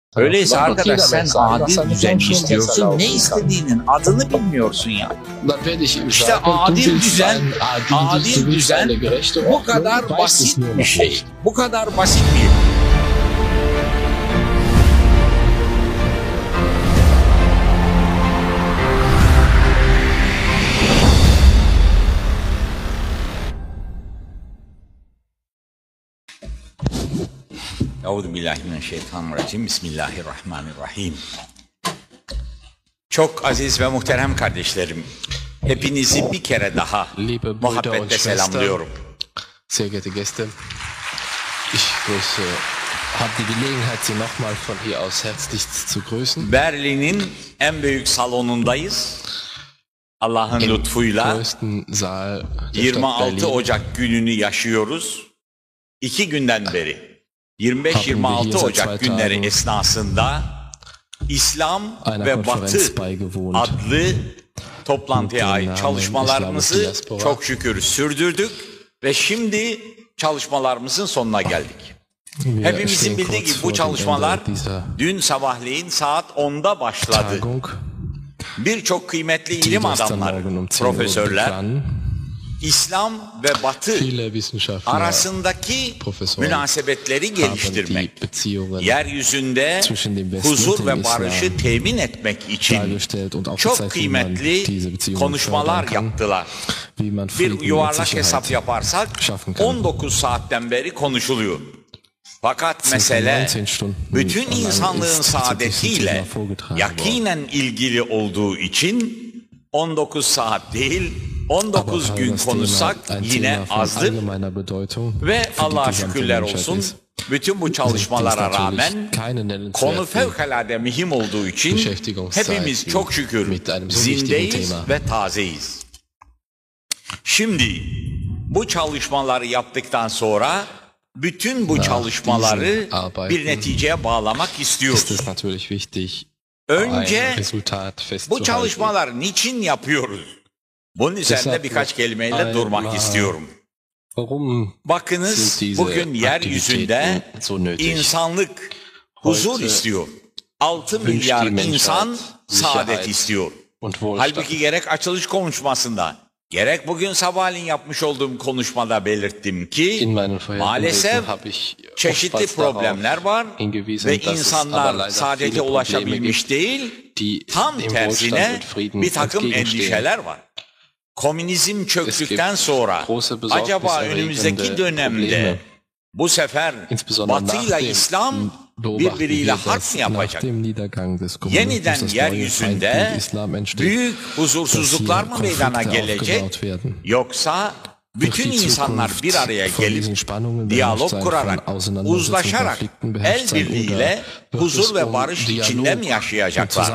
Öyleyse arkadaş sen adil düzen istiyorsun, ne istediğinin adını bilmiyorsun ya. İşte adil düzen bu kadar basit bir şey. Bu kadar basit bir Euzubillahimineşşeytanirracim. Bismillahirrahmanirrahim. Çok aziz ve muhterem kardeşlerim, hepinizi bir kere daha muhabbetle selamlıyorum. Sehr geehrte Gäste, ich habe die Gelegenheit, Sie nochmal von hier aus herzlichst zu grüßen. Berlin'in en büyük salonundayız. Allah'ın lütfuyla 26 Ocak gününü yaşıyoruz. 2 günden beri 25-26 Ocak günleri esnasında İslam ve Batı adlı toplantıya ait çalışmalarımızı çok şükür sürdürdük ve şimdi çalışmalarımızın sonuna geldik. Hepimizin bildiği gibi bu çalışmalar dün sabahleyin saat 10'da başladı. Birçok kıymetli ilim adamları, profesörler, İslam ve Batı arasındaki münasebetleri geliştirmek, yeryüzünde huzur ve barışı temin etmek için çok kıymetli konuşmalar yaptılar. Bir yuvarlak hesap yaparsak 19 saatten beri konuşuluyor. Fakat mesele bütün insanlığın saadetiyle yakinen ilgili olduğu için 19 saat değil, 19 gün konuşsak yine azdır ve Allah'a şükürler olsun bütün bu çalışmalara rağmen konu fevkalade mühim olduğu için hepimiz çok şükür zindeyiz ve tazeyiz. Şimdi bu çalışmaları yaptıktan sonra bütün bu çalışmaları bir neticeye bağlamak istiyoruz. Önce bu çalışmaları niçin yapıyoruz? Bunun üzerinde birkaç kelimeyle durmak istiyorum. Bakınız bugün yeryüzünde insanlık huzur istiyor. 6 milyar insan saadet istiyor. Halbuki gerek açılış konuşmasında, gerek bugün sabahleyin yapmış olduğum konuşmada belirttim ki maalesef çeşitli problemler var ve insanlar saadete ulaşabilmiş değil, tam tersine bir takım endişeler var. Komünizm çöktükten sonra acaba önümüzdeki dönemde bu sefer Batı ile İslam birbiriyle harp mı yapacak? Yeniden yeryüzünde büyük huzursuzluklar mı meydana gelecek? Yoksa bütün insanlar bir araya gelip diyalog kurarak, uzlaşarak, el birliğiyle huzur ve barış içinde mi yaşayacaklar?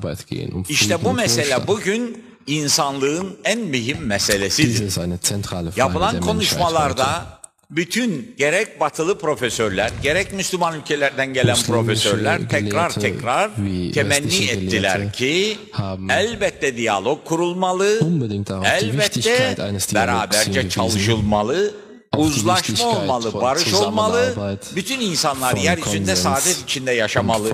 İşte bu mesele bugün insanlığın en mühim meselesidir. Yapılan konuşmalarda bütün gerek batılı profesörler, gerek Müslüman ülkelerden gelen profesörler tekrar temenni ettiler ki elbette diyalog kurulmalı, elbette beraberce çalışılmalı, uzlaşma olmalı, barış olmalı, bütün insanlar yeryüzünde saadet içinde yaşamalı.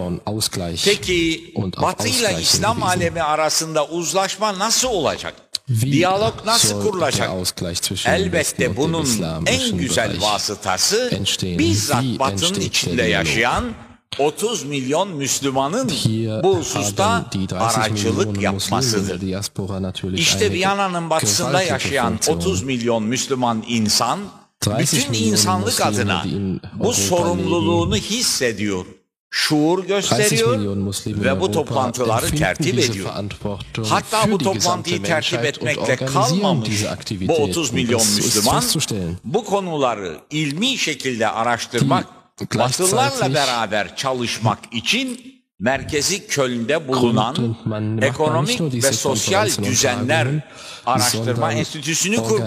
Peki Batı ile İslam alemi arasında uzlaşma nasıl olacak? Diyalog nasıl kurulacak? Elbette bunun en güzel vasıtası bizzat Batı'nın içinde yaşayan 30 milyon Müslümanın bu hususta aracılık yapmasıdır. İşte Viyana'nın batısında yaşayan 30 milyon Müslüman insan bütün insanlık adına bu sorumluluğunu hissediyor, şuur gösteriyor ve bu toplantıları tertip ediyor. Hatta bu toplantıyı tertip etmekle kalmamış bu 30 milyon Müslüman bu konuları ilmi şekilde araştırmak, Batılılarla beraber çalışmak için merkezi Köln'de bulunan Ekonomik ve Sosyal Düzenler Araştırma Enstitüsü'nü kurdu.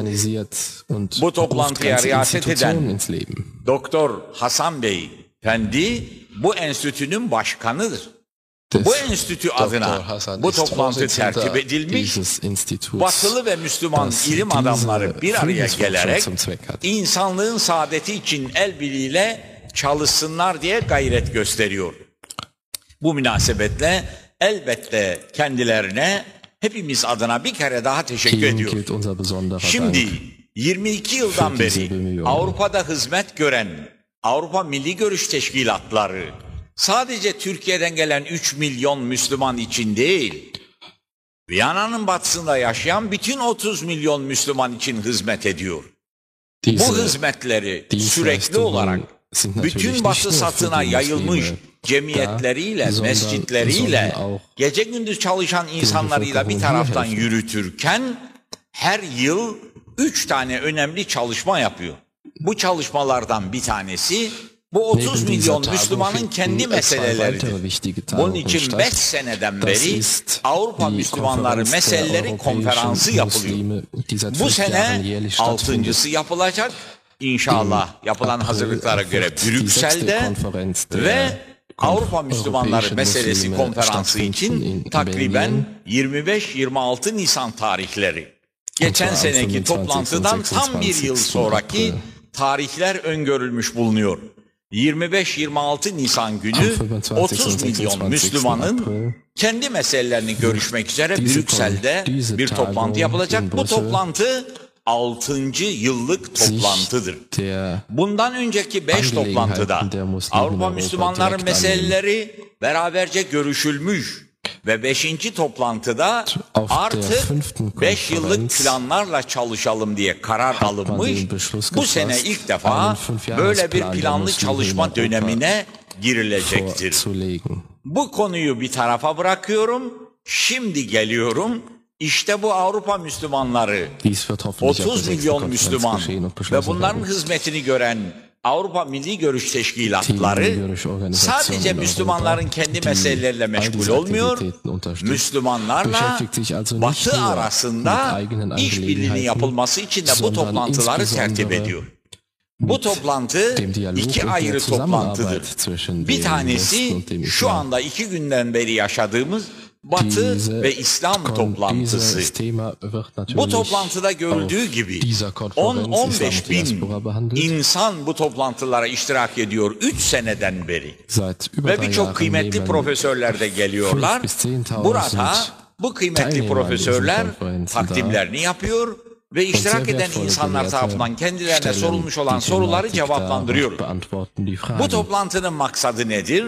Bu toplantıya riyaset eden Doktor Hasan Bey Efendi bu enstitünün başkanıdır. Bu enstitü adına bu toplantı tertip edilmiş, Batılı ve Müslüman ilim adamları bir araya gelerek insanlığın saadeti için el birliğiyle çalışsınlar diye gayret gösteriyor. Bu münasebetle elbette kendilerine hepimiz adına bir kere daha teşekkür ediyoruz. Şimdi 22 yıldan beri Avrupa'da hizmet gören Avrupa Milli Görüş Teşkilatları sadece Türkiye'den gelen 3 milyon Müslüman için değil, Viyana'nın batısında yaşayan bütün 30 milyon Müslüman için hizmet ediyor. Bu hizmetleri sürekli olarak bütün Batı satına yayılmış cemiyetleriyle, mescitleriyle, gece gündüz çalışan insanlarıyla bir taraftan yürütürken her yıl 3 tane önemli çalışma yapıyor. Bu çalışmalardan bir tanesi bu 30 milyon Müslümanın kendi meseleleridir. Bunun için 5 seneden beri Avrupa Müslümanları Meseleleri Konferansı yapılıyor. Bu sene 6.'sı yapılacak. İnşallah yapılan hazırlıklara göre Brüksel'de ve Avrupa Müslümanları Meselesi Konferansı için takriben 25-26 Nisan tarihleri. Geçen seneki toplantıdan tam bir yıl sonraki tarihler öngörülmüş bulunuyor. 25-26 Nisan günü 30 milyon Müslümanın kendi meselelerini görüşmek üzere Brüksel'de bir toplantı yapılacak. Bu toplantı 6. yıllık toplantıdır. Bundan önceki 5 toplantıda Avrupa Müslümanların meseleleri beraberce görüşülmüş ve 5. toplantıda artık 5 yıllık planlarla çalışalım diye karar alınmış. Bu sene ilk defa böyle bir planlı çalışma dönemine girilecektir. Bu konuyu bir tarafa bırakıyorum. Şimdi geliyorum. İşte bu Avrupa Müslümanları, 30 milyon Müslüman ve bunların hizmetini gören Avrupa Milli Görüş Teşkilatları sadece Müslümanların kendi meseleleriyle meşgul olmuyor, Müslümanlarla Batı arasında işbirliği yapılması için de bu toplantıları tertip ediyor. Bu toplantı 2 ayrı toplantıdır. Bir tanesi şu anda 2 günden beri yaşadığımız Batı ve İslam toplantısı. Bu toplantıda görüldüğü gibi 10-15 bin insan bu toplantılara iştirak ediyor 3 seneden beri. Ve birçok kıymetli profesörler de geliyorlar. Burada bu kıymetli profesörler takdimlerini yapıyor ve iştirak eden insanlar tarafından kendilerine sorulmuş olan soruları cevaplandırıyor. Bu toplantının maksadı nedir?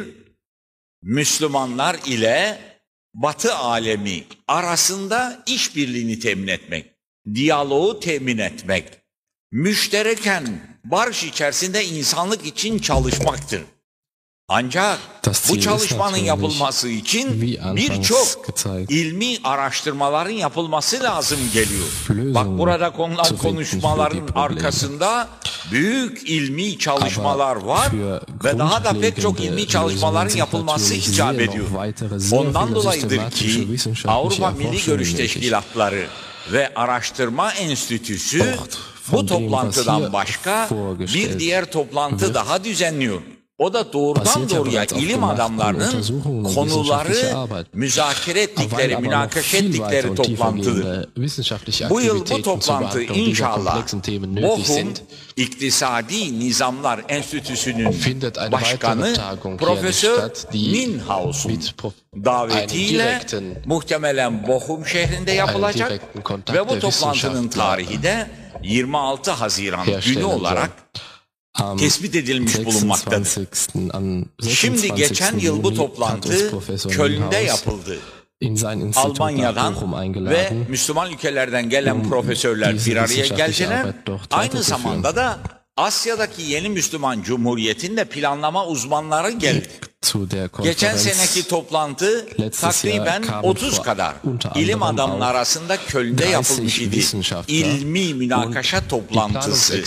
Müslümanlar ile Batı alemi arasında işbirliğini temin etmek, diyaloğu temin etmek, müştereken barış içerisinde insanlık için çalışmaktır. Ancak bu çalışmanın yapılması için birçok ilmi araştırmaların yapılması lazım geliyor. Bak burada konulan konuşmaların arkasında büyük ilmi çalışmalar var ve daha da pek çok ilmi çalışmaların yapılması icap ediyor. Ondan dolayıdır ki Avrupa Milli Görüş Teşkilatları ve Araştırma Enstitüsü bu toplantıdan başka bir diğer toplantı daha düzenliyor. O da doğrudan doğruya ilim adamlarının konuları müzakere ettikleri, münakaşa ettikleri toplantıdır. Bu yıl bu toplantı inşallah Bochum İktisadi Nizamlar Enstitüsü'nün başkanı Profesör Ninhaus'un davetiyle muhtemelen Bochum şehrinde yapılacak ve bu toplantının tarihi de 26 Haziran günü olarak tespit edilmiş bulunmaktadır. Şimdi geçen yıl bu toplantı Köln'de yapıldı. Almanya'dan ve Müslüman ülkelerden gelen profesörler bir araya geldiler. Aynı zamanda da Asya'daki yeni Müslüman Cumhuriyet'in de planlama uzmanları geldi. Geçen seneki toplantı takriben 30 kadar ilim adamının arasında Köln'de yapılmış idi. İlmi münakaşa toplantısı.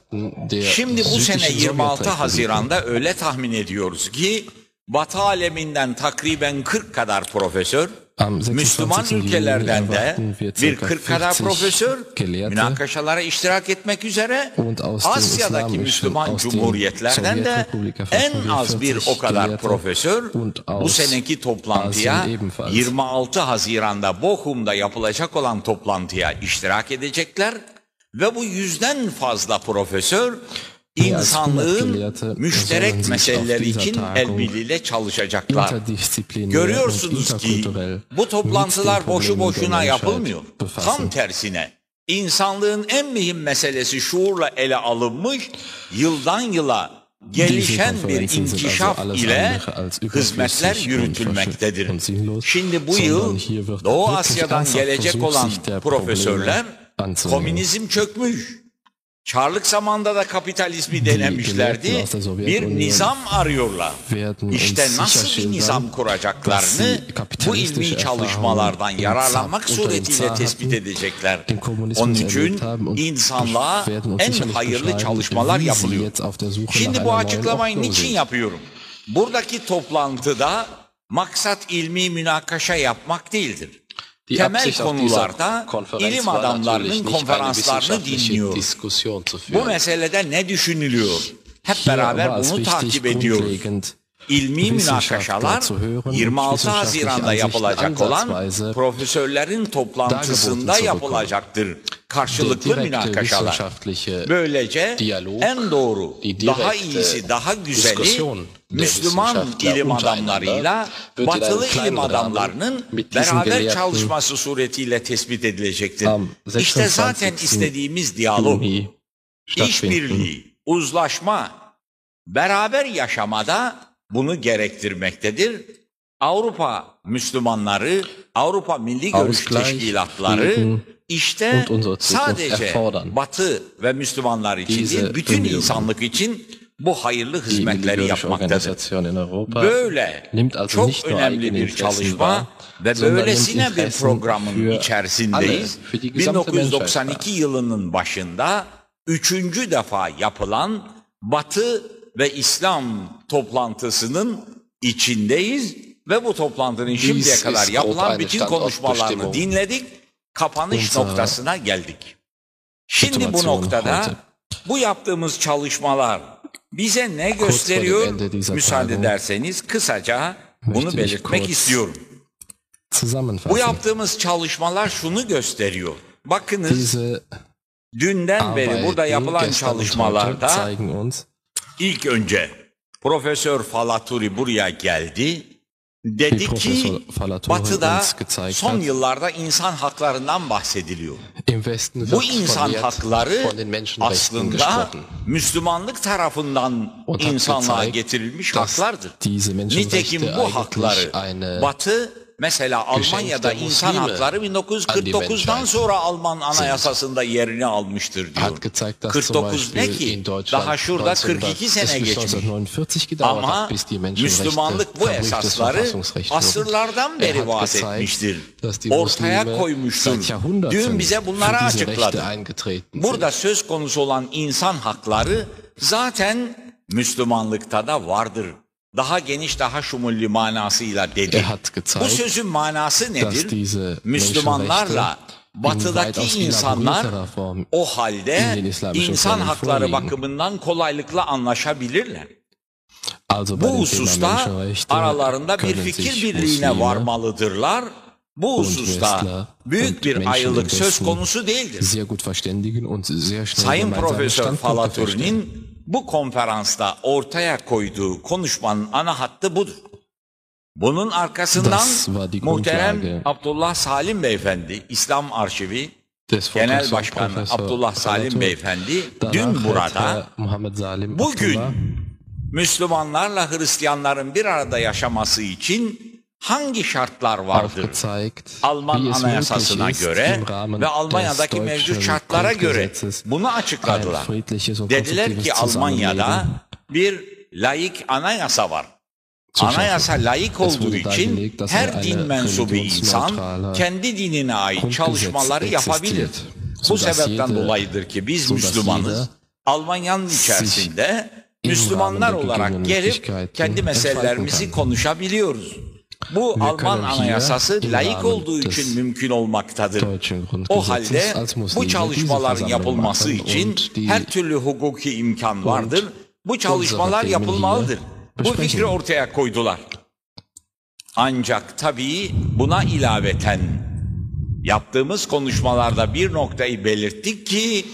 Şimdi bu sene 26 Haziran'da öyle tahmin ediyoruz ki Batı aleminden takriben 40 kadar profesör, Müslüman ülkelerden de bir 40 kadar profesör münakaşalara iştirak etmek üzere, Asya'daki Müslüman cumhuriyetlerden de en az bir o kadar profesör bu seneki toplantıya 26 Haziran'da Bochum'da yapılacak olan toplantıya iştirak edecekler ve bu 100'den fazla profesör insanlığın müşterek meseleleri için el birliğiyle çalışacaklar. Görüyorsunuz ki bu toplantılar boşu boşuna yapılmıyor. Tam tersine insanlığın en mühim meselesi şuurla ele alınmış, yıldan yıla gelişen bir inkişaf ile hizmetler yürütülmektedir. Şimdi bu yıl Doğu Asya'dan gelecek olan profesörler komünizm çökmüş, Çarlık zamanında da kapitalizmi denemişlerdi, bir nizam arıyorlar. İşte nasıl bir nizam kuracaklarını bu ilmi çalışmalardan yararlanmak suretiyle tespit edecekler. Onun için insanlığa en hayırlı çalışmalar yapılıyor. Şimdi bu açıklamayı niçin yapıyorum? Buradaki toplantıda maksat ilmi münakaşa yapmak değildir. Temel konularda ilim adamlarının konferanslarını dinliyoruz. Bu meselede ne düşünülüyor? Hep beraber bunu takip ediyoruz. İlmi münakaşalar 26 Haziran'da yapılacak olan profesörlerin toplantısında yapılacaktır. Karşılıklı münakaşalar. Böylece en doğru, daha iyisi, daha güzeli Müslüman ilim adamlarıyla Batılı ilim adamlarının beraber çalışması suretiyle tespit edilecektir. İşte zaten istediğimiz diyalog, işbirliği, uzlaşma, beraber yaşamada bunu gerektirmektedir. Avrupa Müslümanları, Avrupa Milli Görüş Teşkilatları işte sadece Batı ve Müslümanlar için değil, bütün insanlık için bu hayırlı hizmetleri yapmaktadır. Böyle çok önemli bir çalışma ve böylesine bir programın içerisindeyiz. 1992 yılının başında 3. defa yapılan Batı ve İslam toplantısının içindeyiz ve bu toplantının şimdiye kadar yapılan bütün konuşmalarını dinledik, kapanış noktasına geldik. Şimdi bu noktada bu yaptığımız çalışmalar bize ne gösteriyor? Müsaade ederseniz kısaca bunu belirtmek istiyorum. Bu yaptığımız çalışmalar şunu gösteriyor. Bakınız, dünden beri burada yapılan çalışmalarda ilk önce Profesör Falaturi buraya geldi. Dedi ki Batı'da son yıllarda insan haklarından bahsediliyor. Bu insan hakları aslında Müslümanlık tarafından insanlığa getirilmiş haklardır. Nitekim bu hakları Batı, mesela Almanya'da insan hakları 1949'dan sonra Alman Anayasası'nda yerini almıştır diyor. 49 ne ki? Daha şurada 42 sene geçmiş. Ama Müslümanlık bu esasları asırlardan beri vaat etmiştir. Ortaya koymuştur. Dün bize bunları açıkladı. Burada söz konusu olan insan hakları zaten Müslümanlıkta da vardır. Daha geniş, daha şumulli manasıyla dedi. Bu sözün manası nedir? Müslümanlarla Batı'daki insanlar o halde insan hakları bakımından kolaylıkla anlaşabilirler. Bu hususta aralarında bir fikir birliğine varmalıdırlar. Bu hususta büyük bir ayrılık söz konusu değildir. Sayın Profesör Falaturi'nin bu konferansta ortaya koyduğu konuşmanın ana hattı budur. Bunun arkasından muhterem Abdullah Salim Beyefendi, İslam Arşivi Genel Başkanı Abdullah Salim Beyefendi dün burada bugün Müslümanlarla Hristiyanların bir arada yaşaması için hangi şartlar vardır? Alman Anayasası'na göre ve Almanya'daki mevcut şartlara göre bunu açıkladılar. Dediler ki Almanya'da bir laik anayasa var. Anayasa laik olduğu için her din mensubu insan kendi dinine ait çalışmaları yapabilir. Bu sebepten dolayıdır ki biz Müslümanız. Almanya'nın içerisinde Müslümanlar olarak gelip kendi meselelerimizi konuşabiliyoruz. Bu Alman Anayasası laik olduğu için mümkün olmaktadır. O halde bu çalışmaların yapılması için her türlü hukuki imkan vardır. Bu çalışmalar yapılmalıdır. Bu fikri ortaya koydular. Ancak tabii buna ilaveten yaptığımız konuşmalarda bir noktayı belirttik ki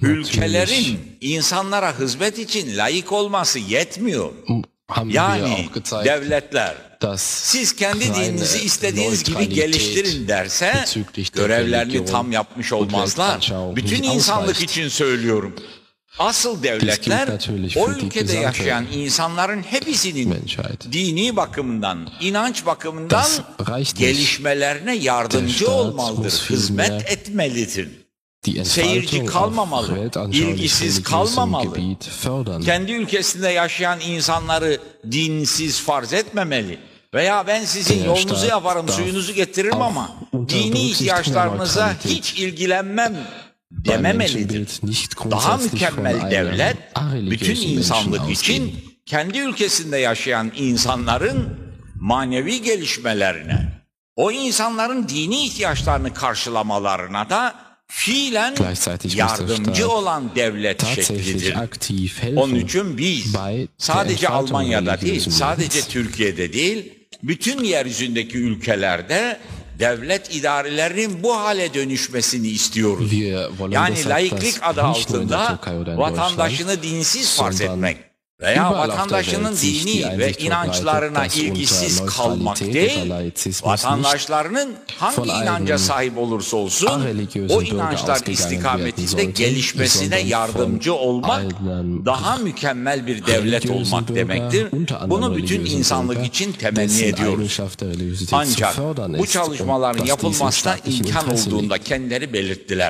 ülkelerin insanlara hizmet için layık olması yetmiyor. Yani devletler siz kendi dininizi istediğiniz gibi geliştirin derse görevlerini tam yapmış olmazlar. Bütün insanlık için söylüyorum. Asıl devletler o ülkede yaşayan insanların hepsinin dini bakımından, inanç bakımından gelişmelerine yardımcı olmalıdır, hizmet etmelidir. Seyirci kalmamalı, ilgisiz kalmamalı. Kendi ülkesinde yaşayan insanları dinsiz farz etmemeli. Veya ben sizin yolunuzu yaparım, suyunuzu getiririm ama dini ihtiyaçlarınıza hiç ilgilenmem dememelidir. Daha mükemmel devlet, bütün insanlık için kendi ülkesinde yaşayan insanların manevi gelişmelerine, o insanların dini ihtiyaçlarını karşılamalarına da fiilen yardımcı olan devlet şeklidir. Onun için biz sadece Almanya'da değil, sadece Türkiye'de değil, bütün yeryüzündeki ülkelerde devlet idarelerinin bu hale dönüşmesini istiyoruz. Yani laiklik adı altında vatandaşını dinsiz farz etmek veya vatandaşının dini ve inançlarına ilgisiz kalmak değil, vatandaşlarının hangi inanca sahip olursa olsun o inançlar istikametinde gelişmesine yardımcı olmak daha mükemmel bir devlet olmak demektir. Bunu bütün insanlık için temenni ediyoruz. Ancak bu çalışmaların yapılmasına imkan olduğunda kendileri belirttiler.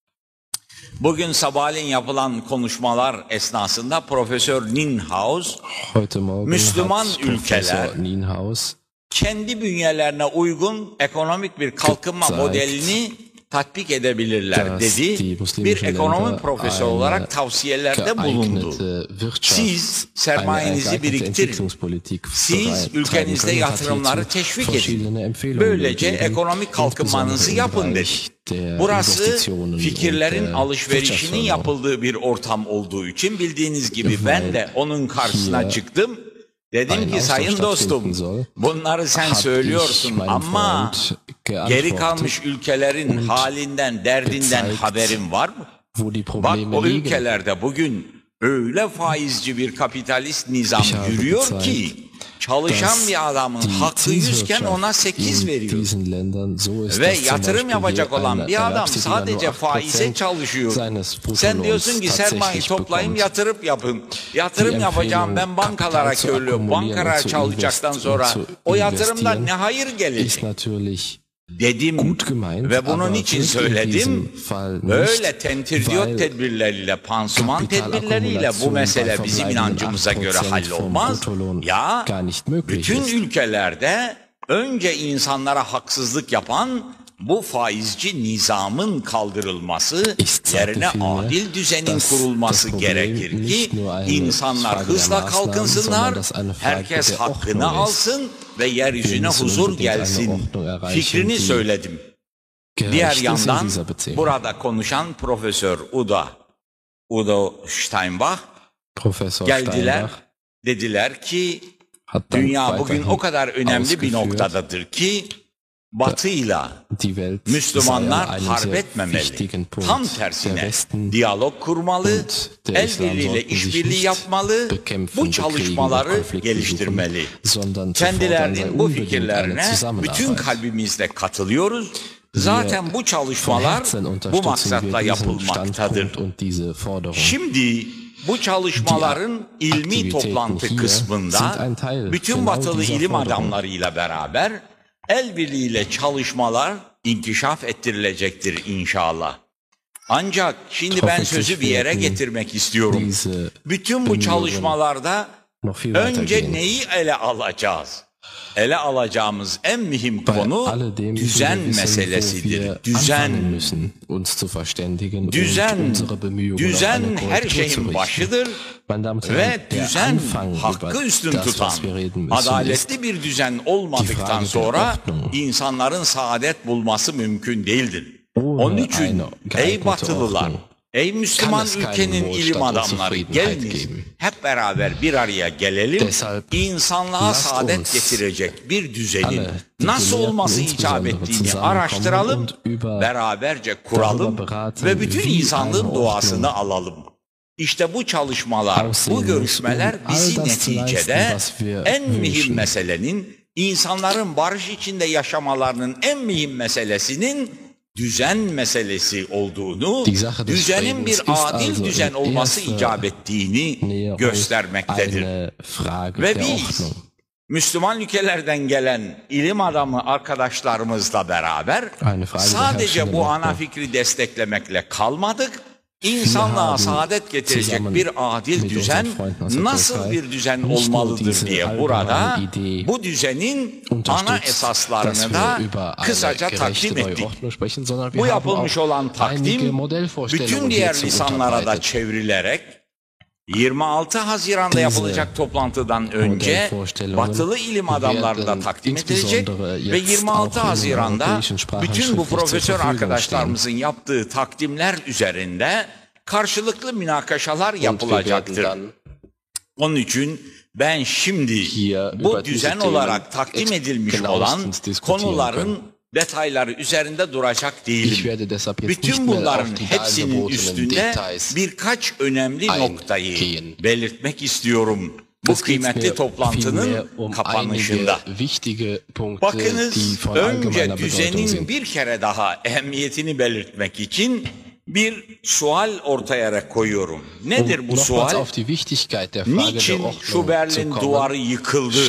Bugün sabahleyin yapılan konuşmalar esnasında Profesör Nienhaus, Müslüman ülkeler kendi bünyelerine uygun ekonomik bir kalkınma modelini tatbik edebilirler dedi. Bir ekonomi profesörü olarak tavsiyelerde bulundu. Siz sermayenizi biriktirin. Siz ülkenizde yatırımları teşvik edin. Böylece ekonomik kalkınmanızı yapın dedi. Burası fikirlerin alışverişinin yapıldığı bir ortam olduğu için bildiğiniz gibi ben de onun karşısına çıktım. Dedim ki sayın dostum, bunları sen söylüyorsun ama geri kalmış ülkelerin halinden, derdinden haberin var mı? Bak o ülkelerde bugün öyle faizci bir kapitalist nizam yürüyor ki çalışan bir adamın hakkı 100 iken ona 8 veriyor. Ve yatırım yapacak olan bir adam sadece faize çalışıyor. Sen diyorsun ki sermaye toplayayım, yatırım yapın. Yatırım yapacağım ben bankalara köylüyorum. Bankalara çalışacaktan sonra o yatırımdan ne hayır gelecek? Dedim ve bunun için söyledim. Böyle tentürdiyot tedbirleriyle, pansuman tedbirleriyle bu mesele bizim inancımıza göre hallolmaz. Ya bütün ülkelerde önce insanlara haksızlık yapan bu faizci nizamın kaldırılması, yerine adil düzenin kurulması gerekir ki insanlar hızla kalkınsınlar, herkes hakkını alsın ve yeryüzüne huzur gelsin fikrini söyledim. Diğer yandan burada konuşan Profesör Udo Steinbach geldiler, dediler ki dünya bugün o kadar önemli bir noktadadır ki Batı'yla Müslümanlar harp etmemeli. Tam tersine diyalog kurmalı, el birliğiyle işbirliği yapmalı, bu çalışmaları geliştirmeli. Kendilerinin bu fikirlerine bütün kalbimizle katılıyoruz. Zaten bu çalışmalar bu maksatla yapılmaktadır. Şimdi bu çalışmaların ilmi toplantı kısmında bütün batılı ilim adamlarıyla beraber el birliğiyle çalışmalar inkişaf ettirilecektir inşallah. Ancak şimdi ben sözü bir yere getirmek istiyorum. Bütün bu çalışmalarda önce neyi ele alacağız? Ele alacağımız en mühim konu düzen meselesidir. Düzen her şeyin başıdır ve düzen hakkı üstün tutan, adaletli bir düzen olmadıktan sonra insanların saadet bulması mümkün değildir. Onun için ey Batılılar, Ey Müslüman ülkenin ilim adamları, geliniz hep beraber bir araya gelelim, insanlığa saadet getirecek bir düzenin nasıl olması icap ettiğini araştıralım, beraberce kuralım ve bütün insanlığın duasını alalım. İşte bu çalışmalar, bu görüşmeler bizi neticede en mühim meselenin, insanların barış içinde yaşamalarının en mühim meselesinin düzen meselesi olduğunu, düzenin bir adil düzen olması icap ettiğini göstermektedir. Ve biz Müslüman ülkelerden gelen ilim adamı arkadaşlarımızla beraber sadece bu ana fikri desteklemekle kalmadık. İnsanlığa saadet getirecek bir adil düzen nasıl bir düzen olmalıdır diye burada bu düzenin ana esaslarını da kısaca takdim ettik. Bu yapılmış olan takdim bütün diğer lisanlara da çevrilerek 26 Haziran'da yapılacak toplantıdan önce batılı ilim adamları da takdim edilecek ve 26 Haziran'da bütün bu profesör arkadaşlarımızın yaptığı takdimler üzerinde karşılıklı münakaşalar yapılacaktır. Onun için ben şimdi bu düzen olarak takdim edilmiş olan konuların detayları üzerinde duracak değilim. Bütün bunların hepsinin üstünde birkaç önemli noktayı belirtmek istiyorum bu kıymetli toplantının kapanışında. Bakınız, önce düzenin bir kere daha ehemmiyetini belirtmek için bir sual ortaya koyuyorum. Nedir bu sual? Niçin şu Berlin duvarı yıkıldı?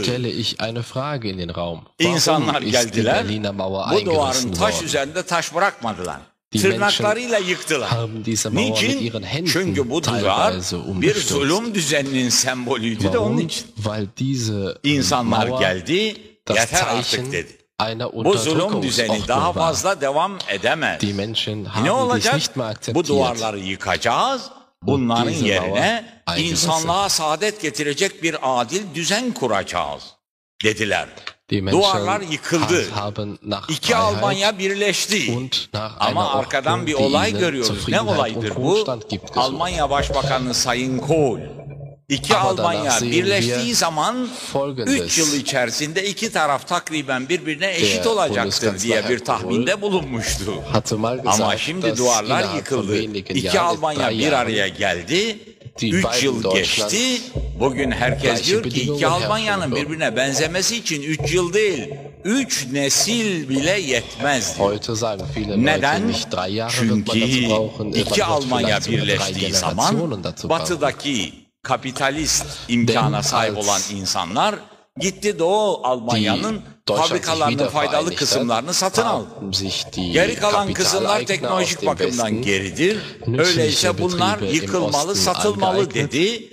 İnsanlar geldiler, bu duvarın taş üzerinde taş bırakmadılar. Tırnaklarıyla yıktılar. Niçin? Çünkü bu duvar bir zulüm düzeninin sembolüydü de onun için. İnsanlar geldi, yeter artık dedi. Bu zulüm düzeni daha fazla devam edemez. Ne olacak? Bu duvarları yıkacağız. Bunların yerine insanlığa saadet getirecek bir adil düzen kuracağız dediler. Duvarlar yıkıldı. İki Almanya birleşti. Ama arkadan bir olay görüyoruz. Ne olaydır bu? Almanya Başbakanı Sayın Kohl, İki Almanya birleştiği zaman 3 yıl içerisinde iki taraf takriben birbirine eşit olacaktır diye bir tahminde bulunmuştu. Ama şimdi duvarlar yıkıldı. İki Almanya bir araya geldi. 3 yıl geçti. Bugün herkes diyor ki iki Almanya'nın birbirine benzemesi için 3 yıl değil, 3 nesil bile yetmez. Neden? Çünkü iki Almanya birleştiği zaman batıdaki kapitalist imkana sahip olan insanlar gitti Doğu Almanya'nın fabrikalarının faydalı kısımlarını satın aldı. Geri kalan kısımlar teknolojik bakımdan geridir. Öyleyse bunlar yıkılmalı, satılmalı dedi.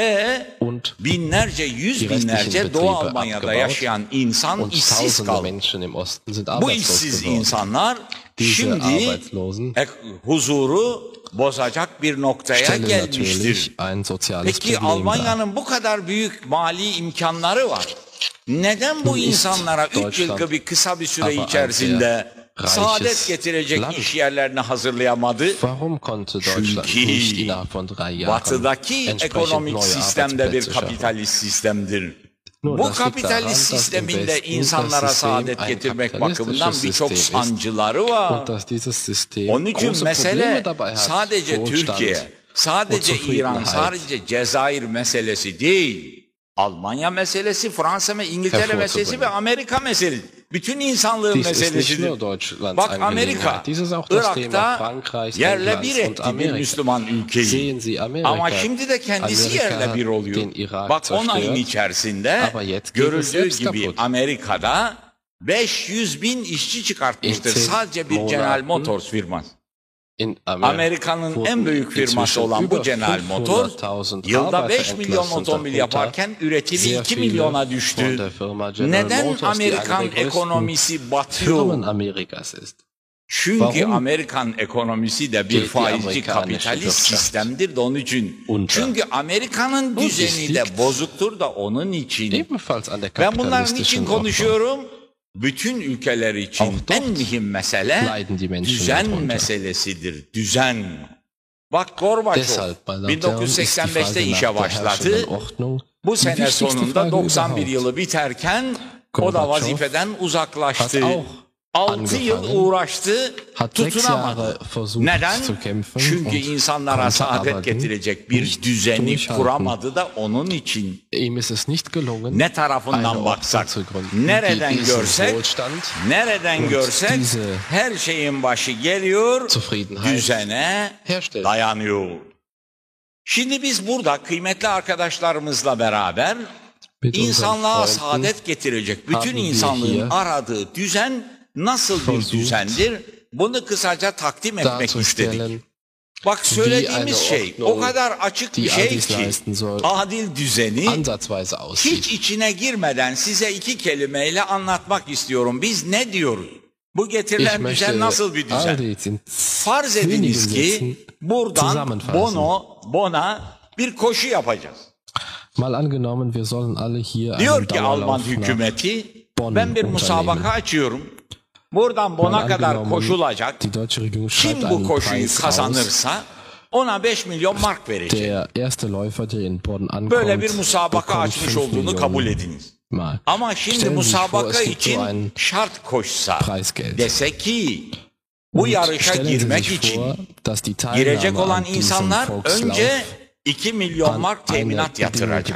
Binlerce, yüz binlerce Doğu Almanya'da yaşayan insan işsiz kaldı. Bu işsiz insanlar şimdi huzuru bozacak bir noktaya gelmiştir. Peki Almanya'nın bu kadar büyük mali imkanları var. Neden bu insanlara 3 yıl gibi kısa bir süre içerisinde saadet getirecek iş yerlerini hazırlayamadı? Çünkü batıdaki ekonomik sistemde bir kapitalist sistemdir. Bu kapitalist sisteminde insanlara saadet getirmek bakımından birçok sancıları var. Onun için mesele sadece Türkiye, sadece İran, sadece Cezayir meselesi değil. Almanya meselesi, Fransa ve İngiltere meselesi ve Amerika meselesi. Bütün insanlığın meselesidir. Bak Amerika, Irak'ta yerle bir etti bir Müslüman ülkeyi. Ama şimdi de kendisi yerle bir oluyor. Bak 10 ayın içerisinde görüldüğü gibi Amerika'da 500 bin işçi çıkartmıştır sadece bir General Motors firması. Amerika'nın en büyük firması olan bu General Motors yılda 5 milyon otomobil yaparken üretimi 2 milyona düştü. Neden Amerikan ekonomisi batıyor? Çünkü Amerikan ekonomisi de bir faizci kapitalist sistemdir de onun için. Çünkü Amerika'nın düzeni de bozuktur da onun için. Ben bunların için konuşuyorum. Bütün ülkeler için en mühim mesele düzen meselesidir. Düzen. Bak Gorbaçov 1985'te işe başladı. Bu sene sonunda 91 yılı biterken o da vazifeden uzaklaştı. 6 yıl uğraştı, tutunamadı. Neden? Çünkü insanlara saadet getirecek bir düzeni kuramadı da onun için. Ne tarafından baksak, nereden görsek her şeyin başı geliyor, düzene dayanıyor. Şimdi biz burada kıymetli arkadaşlarımızla beraber insanlığa saadet getirecek, bütün insanlığın aradığı düzen nasıl bir düzendir? Bunu kısaca takdim etmek istedik. Bak söylediğimiz şey o kadar açık bir şey ki adil düzeni hiç içine girmeden size 2 kelimeyle anlatmak istiyorum. Biz ne diyoruz? Bu getirilen düzen nasıl bir düzen? Farz ediniz ki buradan Bonn'a bir koşu yapacağız. Diyor ki Alman hükümeti, ben bir musabaka açıyorum. Buradan Bonn'a kadar koşulacak. Kim bu koşuyu kazanırsa ona 5 milyon mark vereceğim. Böyle bir musabaka açmış olduğunu kabul ediniz. Ama şimdi musabaka için şart koşsa, dese ki bu yarışa girmek için girecek olan insanlar önce 2 milyon mark teminat yatıracak.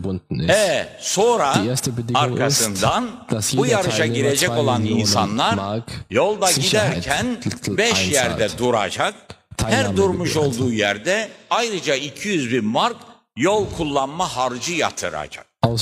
Sonra arkasından bu yarışa girecek olan insanlar yolda giderken 5 yerde duracak. Her durmuş olduğu yerde ayrıca 200 bin mark yol kullanma harcı yatıracak.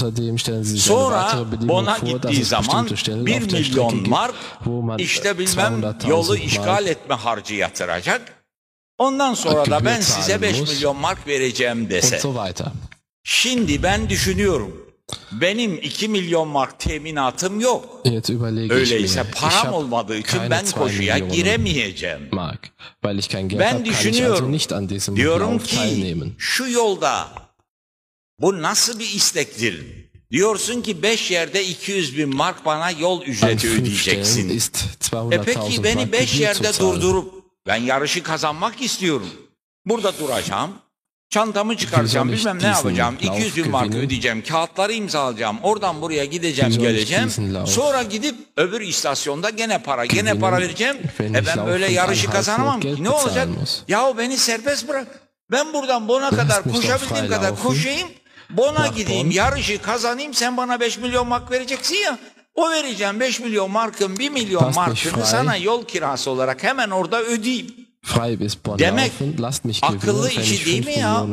Sonra Bonn'a gittiği zaman 1 milyon mark işte bilmem yolu işgal etme harcı yatıracak. Ondan sonra da ben size 5 milyon mark vereceğim dese. Şimdi ben düşünüyorum. Benim 2 milyon mark teminatım yok. Öyleyse param olmadığı için ben koşuya giremeyeceğim. Ben düşünüyorum. Diyorum ki şu yolda bu nasıl bir istektir? Diyorsun ki 5 yerde 200 bin mark bana yol ücreti ödeyeceksin. Peki beni 5 yerde durdurup ben yarışı kazanmak istiyorum. Burada duracağım. Çantamı çıkaracağım, bilmem ne yapacağım. 200 bin mark ödeyeceğim, kağıtları imzalayacağım. Oradan buraya gideceğim, geleceğim. Sonra gidip öbür istasyonda gene para vereceğim. Ben böyle yarışı kazanamam ki. Ne olacak? Yahu beni serbest bırak. Ben buradan Bonn'a kadar koşabildiğim kadar koşayım. Bonn'a gideyim, yarışı kazanayım. Sen bana 5 milyon mark vereceksin ya. O vereceğim 5 milyon markın 1 milyon markını sana yol kirası olarak hemen orada ödeyeyim. Demek akıllı işi değil mi ya?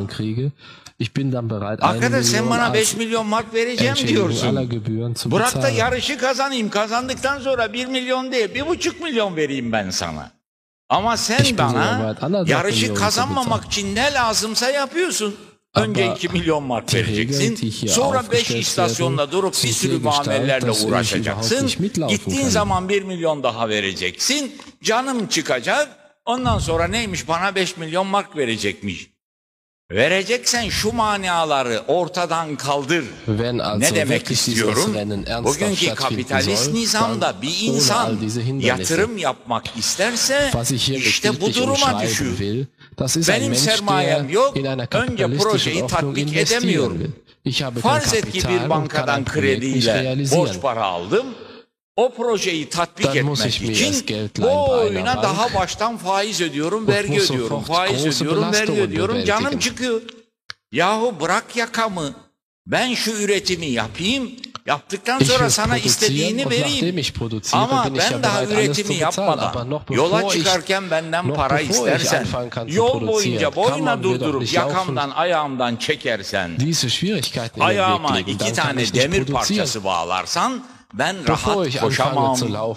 Arkadaş sen bana 5 milyon mark vereceğim diyorsun. Bırak da yarışı kazanayım. Kazandıktan sonra 1 milyon değil 1,5 milyon vereyim ben sana. Ama sen bana yarışı kazanmamak için ne lazımsa yapıyorsun. Önce 2 milyon mark vereceksin. Sonra 5 istasyonda durup bir sürü muamellerle uğraşacaksın. Gittiğin zaman 1 milyon daha vereceksin. Canım çıkacak. Ondan sonra neymiş bana 5 milyon mark verecekmiş. Vereceksen şu maniaları ortadan kaldır. Ne demek istiyorum? Bugünkü kapitalist nizamda bir insan yatırım yapmak isterse işte bu duruma düşüyor. Benim sermayem yok, önce projeyi tatbik edemiyorum. Farz et ki bir bankadan krediyle borç para aldım. O projeyi tatbik etmek için boyuna daha baştan faiz ödüyorum, vergi ödüyorum, faiz ödüyorum, vergi ödüyorum, canım çıkıyor. Yahu bırak yakamı, ben şu üretimi yapayım, yaptıktan sonra sana istediğini vereyim. Ama ben daha üretimi yapmadan, yola çıkarken benden para istersen, yol boyunca boyuna durdurup yakamdan, ayağımdan çekersen, ayağıma 2 tane demir parçası bağlarsan, ben rahat koşamam.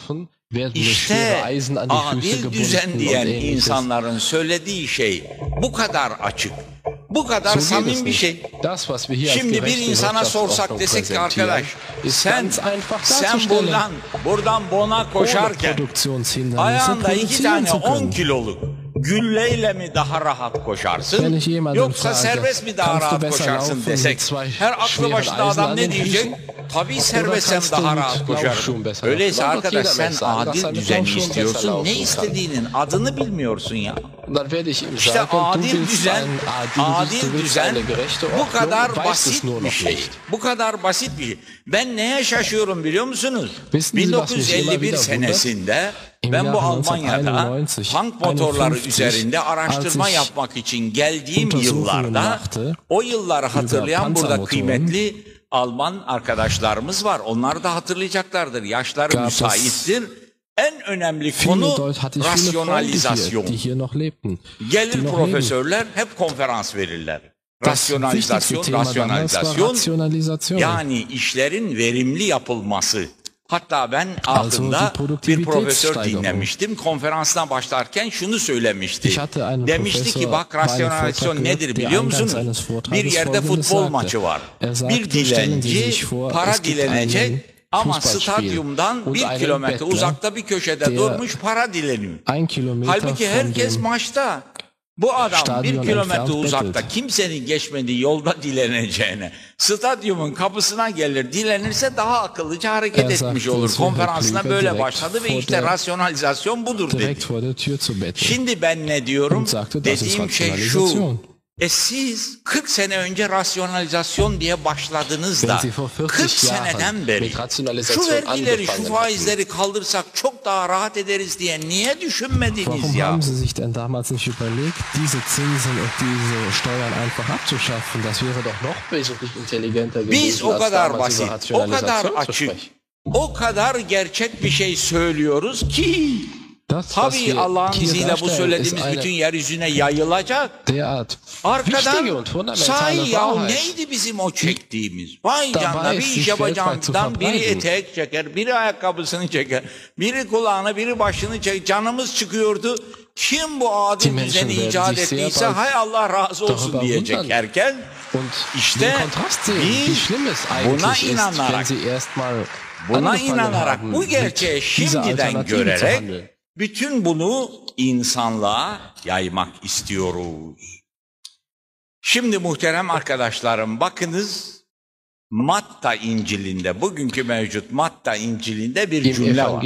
İşte adil düzen diyen insanların söylediği şey bu kadar açık, bu kadar samimi bir şey. Şimdi bir insana sorsak desek ki arkadaş sen buradan Bonn'a koşarken ayağında 2 tane 10 kiloluk gülleyle mi daha rahat koşarsın yoksa serbest mi daha rahat koşarsın desek her aklı başında adam ne diyecek? tabii serbestsem daha rahat koşarım. Öyleyse arkadaş sen adil düzen istiyorsun. Ne istediğinin adını bilmiyorsun ya. İşte adil düzen bu kadar basit bir şey. Bu kadar basit bir şey. Ben neye şaşıyorum biliyor musunuz? 1951 senesinde ben bu Almanya'da tank motorları üzerinde araştırma yapmak için geldiğim yıllarda o yılları hatırlayan burada kıymetli Alman arkadaşlarımız var. Onlar da hatırlayacaklardır. Yaşları müsaittir. En önemli konu rasyonalizasyon. Gelir profesörler hep konferans verirler. Rasyonalizasyon. Yani işlerin verimli yapılması. Hatta ben altında bir profesör dinlemiştim. Konferansına başlarken şunu söylemişti. Demişti ki bak rasyonalizasyon nedir biliyor musunuz? Bir yerde futbol maçı var. Bir dilenci para dilenecek ama stadyumdan 1 kilometre uzakta bir köşede durmuş para dileniyor. Halbuki herkes maçta. Bu adam 1 kilometre uzakta kimsenin geçmediği yolda dileneceğine stadyumun kapısına gelir dilenirse daha akıllıca hareket etmiş olur. Konferansına böyle başladı ve işte rasyonalizasyon budur dedi. Şimdi ben ne diyorum? Dediğim şey şu. Siz 40 sene önce rasyonalizasyon diye başladınız da 40 seneden beri şu vergileri, şu faizleri kaldırsak çok daha rahat ederiz diye niye düşünmediniz ya? Haben Sie sich denn damals nicht überlegt, diese Zinsen und diese Steuern einfach abzuschaffen? Das wäre doch noch wesentlich intelligenter gewesen. Biz o kadar basit, o kadar açık, o kadar gerçek bir şey söylüyoruz ki tabii Allah'ın izniyle bu söylediğimiz bütün yeryüzüne yayılacak. Arkadan sahi ya neydi bizim o çektiğimiz? Vay canına bir iş yapacağımızdan biri etek çeker, biri ayakkabısını çeker, biri kulağına, biri başını çeker. Canımız çıkıyordu. Kim bu adil düzeni icat ettiyse hay Allah razı olsun diyecek erken. İşte biz buna inanarak bu gerçeği şimdiden görerek bütün bunu insanlığa yaymak istiyoruz. Şimdi muhterem arkadaşlarım bakınız Matta İncil'inde bugünkü mevcut Matta İncil'inde bir cümle var.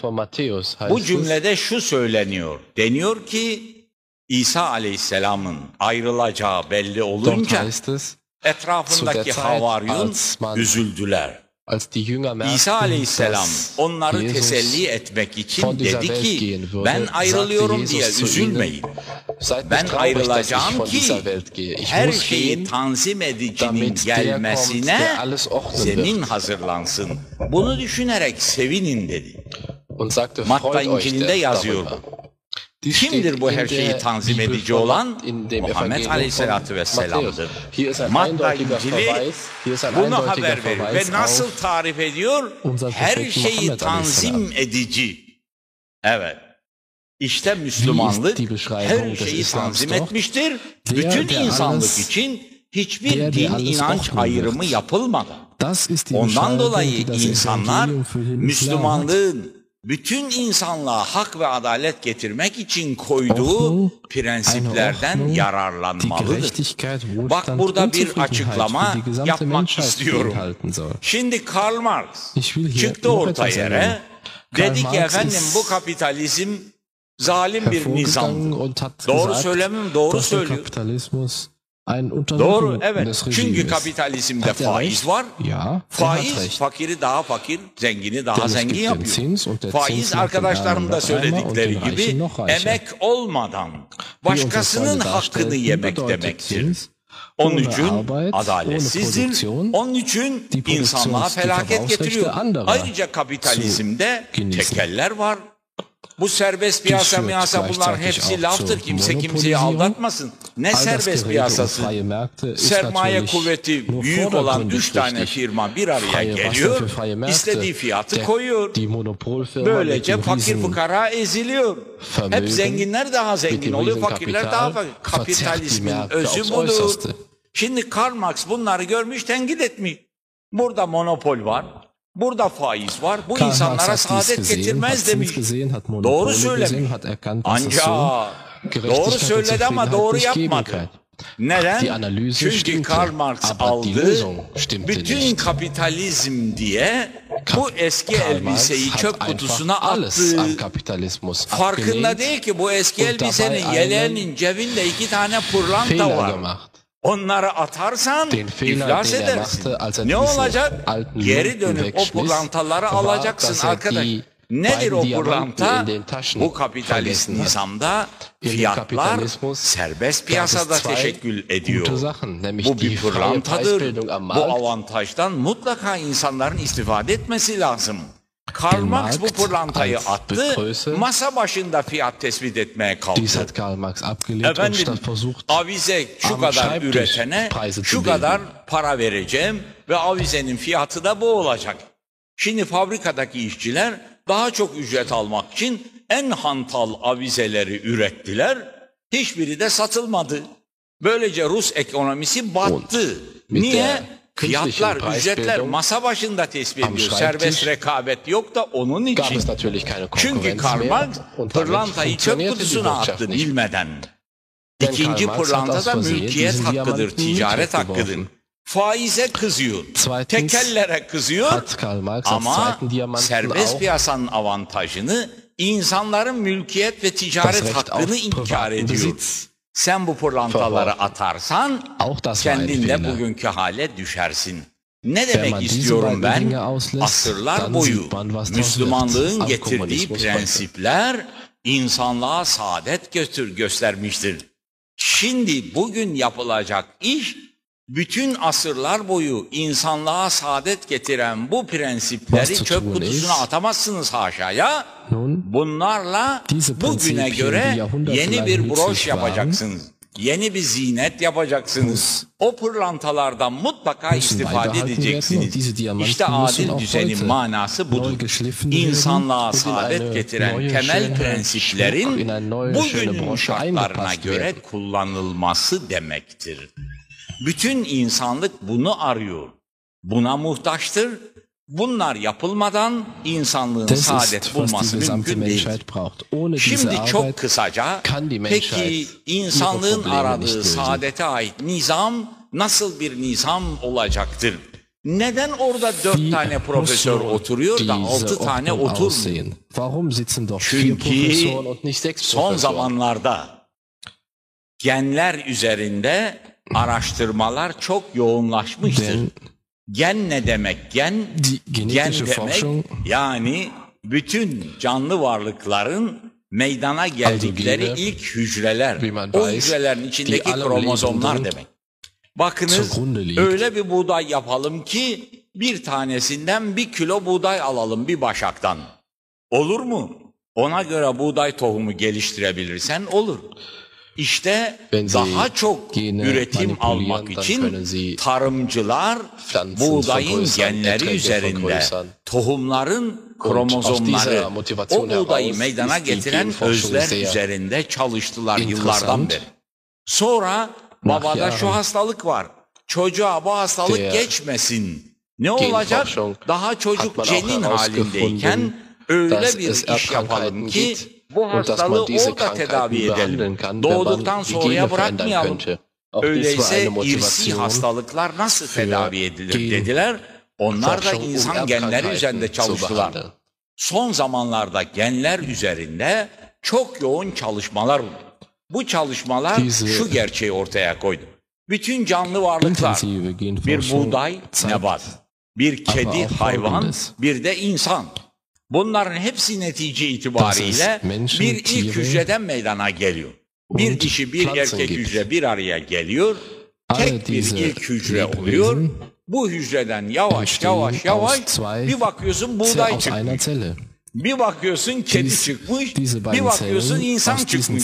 Bu cümlede şu söyleniyor. Deniyor ki İsa Aleyhisselam'ın ayrılacağı belli olunca etrafındaki havaryun üzüldüler. İsa Aleyhisselam onları teselli etmek için dedi ki ben ayrılıyorum diye üzülmeyin. Ben ayrılacağım ki her şeyi tanzim edicinin gelmesine zemin hazırlansın. Bunu düşünerek sevinin dedi. Matta İncil'inde yazıyor. Kimdir bu her şeyi tanzim edici olan? Muhammed Aleyhisselatü Vesselam'dır. Matta İncil'i bunu haber verir ve nasıl tarif ediyor? Her şeyi tanzim edici. Evet. İşte Müslümanlık her şeyi tanzim etmiştir. Bütün insanlık için hiçbir din inanç ayrımı yapılmadan. Ondan dolayı insanlar Müslümanlığın bütün insanlığa hak ve adalet getirmek için koyduğu prensiplerden yararlanmalıdır. Bak burada bir açıklama yapmak istiyorum. Şimdi Karl Marx çıktı orta yere, dedi ki efendim bu kapitalizm zalim bir nizamdır. Doğru söylemem, doğru söylüyor. Doğru, evet. Çünkü kapitalizmde faiz var. Faiz fakiri daha fakir, zengini daha zengin yapıyor. Faiz arkadaşlarım da söyledikleri gibi emek olmadan başkasının hakkını yemek demektir. Onun için adaletsizdir. Onun için insanlığa felaket getiriyor. Ayrıca kapitalizmde tekeller var. Bu serbest piyasa bunlar hepsi laftır. Kimse kimseyi aldatmasın. Ne serbest piyasası? Sermaye kuvveti büyük olan 3 tane firma bir araya geliyor. İstediği fiyatı koyuyor. Böylece fakir fukara eziliyor. Hep zenginler daha zengin oluyor. Fakirler daha fakir. Kapitalizmin özü budur. Şimdi Karl Marx bunları görmüş, tenkit etmiş. Burada monopol var. Burada faiz var. Bu insanlara saadet getirmez demiş. Doğru söylemiş. Ancak doğru söyledi ama doğru yapmadı. Neden? Çünkü Karl Marx aldı, bütün kapitalizm diye bu eski elbiseyi çöp kutusuna attı. Farkında değil ki bu eski elbisenin yeleğinin cebinde 2 tane pırlanta var. Onları atarsan iflas edersin. Ne olacak? Geri dönüp o pırlantaları alacaksın arkadaş. Nedir o pırlanta? Bu kapitalist nizamda fiyatlar serbest piyasada teşekkül ediyor. Bu bir pırlantadır. Bu avantajdan mutlaka insanların istifade etmesi lazım. Karl Marx bu pırlantayı attı, masa başında fiyat tespit etmeye kalktı. Efendim, avize şu kadar üretene şu kadar para vereceğim ve avizenin fiyatı da bu olacak. Şimdi fabrikadaki işçiler daha çok ücret almak için en hantal avizeleri ürettiler. Hiçbiri de satılmadı. Böylece Rus ekonomisi battı. Niye? Fiyatlar, ücretler masa başında tespit ediyor. Serbest rekabet yok da onun için. Çünkü Karl Marx pırlantayı çöp kutusuna attı bilmeden. İkinci pırlanta da mülkiyet hakkıdır, ticaret hakkıdır. Faize kızıyor, tekellere kızıyor ama serbest piyasanın avantajını, insanların mülkiyet ve ticaret hakkını inkar ediyor. Sen bu pırlantaları atarsan kendin de bugünkü hale düşersin. Ne demek istiyorum ben? Asırlar boyu Müslümanlığın getirdiği prensipler insanlığa saadet göstermiştir. Şimdi bugün yapılacak iş, bütün asırlar boyu insanlığa saadet getiren bu prensipleri çöp kutusuna atamazsınız haşaya. Bunlarla bugüne göre yeni bir broş yapacaksınız. Yeni bir zinet yapacaksınız. O pırlantalardan mutlaka istifade edeceksiniz. İşte adil düzenin manası budur. İnsanlığa saadet getiren temel prensiplerin bugünün şartlarına göre kullanılması demektir. Bütün insanlık bunu arıyor. Buna muhtaçtır. Bunlar yapılmadan insanlığın saadet bulması mümkün değil. Şimdi çok kısaca, peki insanlığın aradığı saadete ait nizam nasıl bir nizam olacaktır? Neden orada 4 tane profesör oturuyor da 6 tane oturmuyor? Çünkü son zamanlarda genler üzerinde araştırmalar çok yoğunlaşmıştır. Gen ne demek? Gen demek yani bütün canlı varlıkların meydana geldikleri ilk hücreler. O hücrelerin içindeki kromozomlar demek. Bakınız, öyle bir buğday yapalım ki bir tanesinden 1 kilo buğday alalım bir başaktan. Olur mu? Ona göre buğday tohumu geliştirebilirsen olur. İşte daha çok üretim almak için tarımcılar buğdayın genleri üzerinde, tohumların kromozomları, o buğdayı meydana getiren özler üzerinde çalıştılar yıllardan beri. Sonra babada şu hastalık var, çocuğa bu hastalık geçmesin. Ne olacak? Daha çocuk cenin halindeyken öyle bir iş yapalım ki bu hastalığı orada tedavi edelim. Doğduktan sonraya bırakmayalım. Öyleyse irsi hastalıklar nasıl tedavi edilir dediler. Onlar da insan genleri üzerinde çalıştılar. Son zamanlarda genler üzerinde çok yoğun çalışmalar oldu. Bu çalışmalar şu gerçeği ortaya koydu. Bütün canlı varlıklar, bir buğday, nebat, bir kedi, hayvan, bir de insan. Bunların hepsi netice itibariyle bir ilk hücreden meydana geliyor. Bir dişi bir erkek hücre bir araya geliyor. Tek bir ilk hücre oluyor. Bu hücreden yavaş bir bakıyorsun buğday çıkmış. Bir bakıyorsun kedi çıkmış. Bir bakıyorsun insan çıkmış.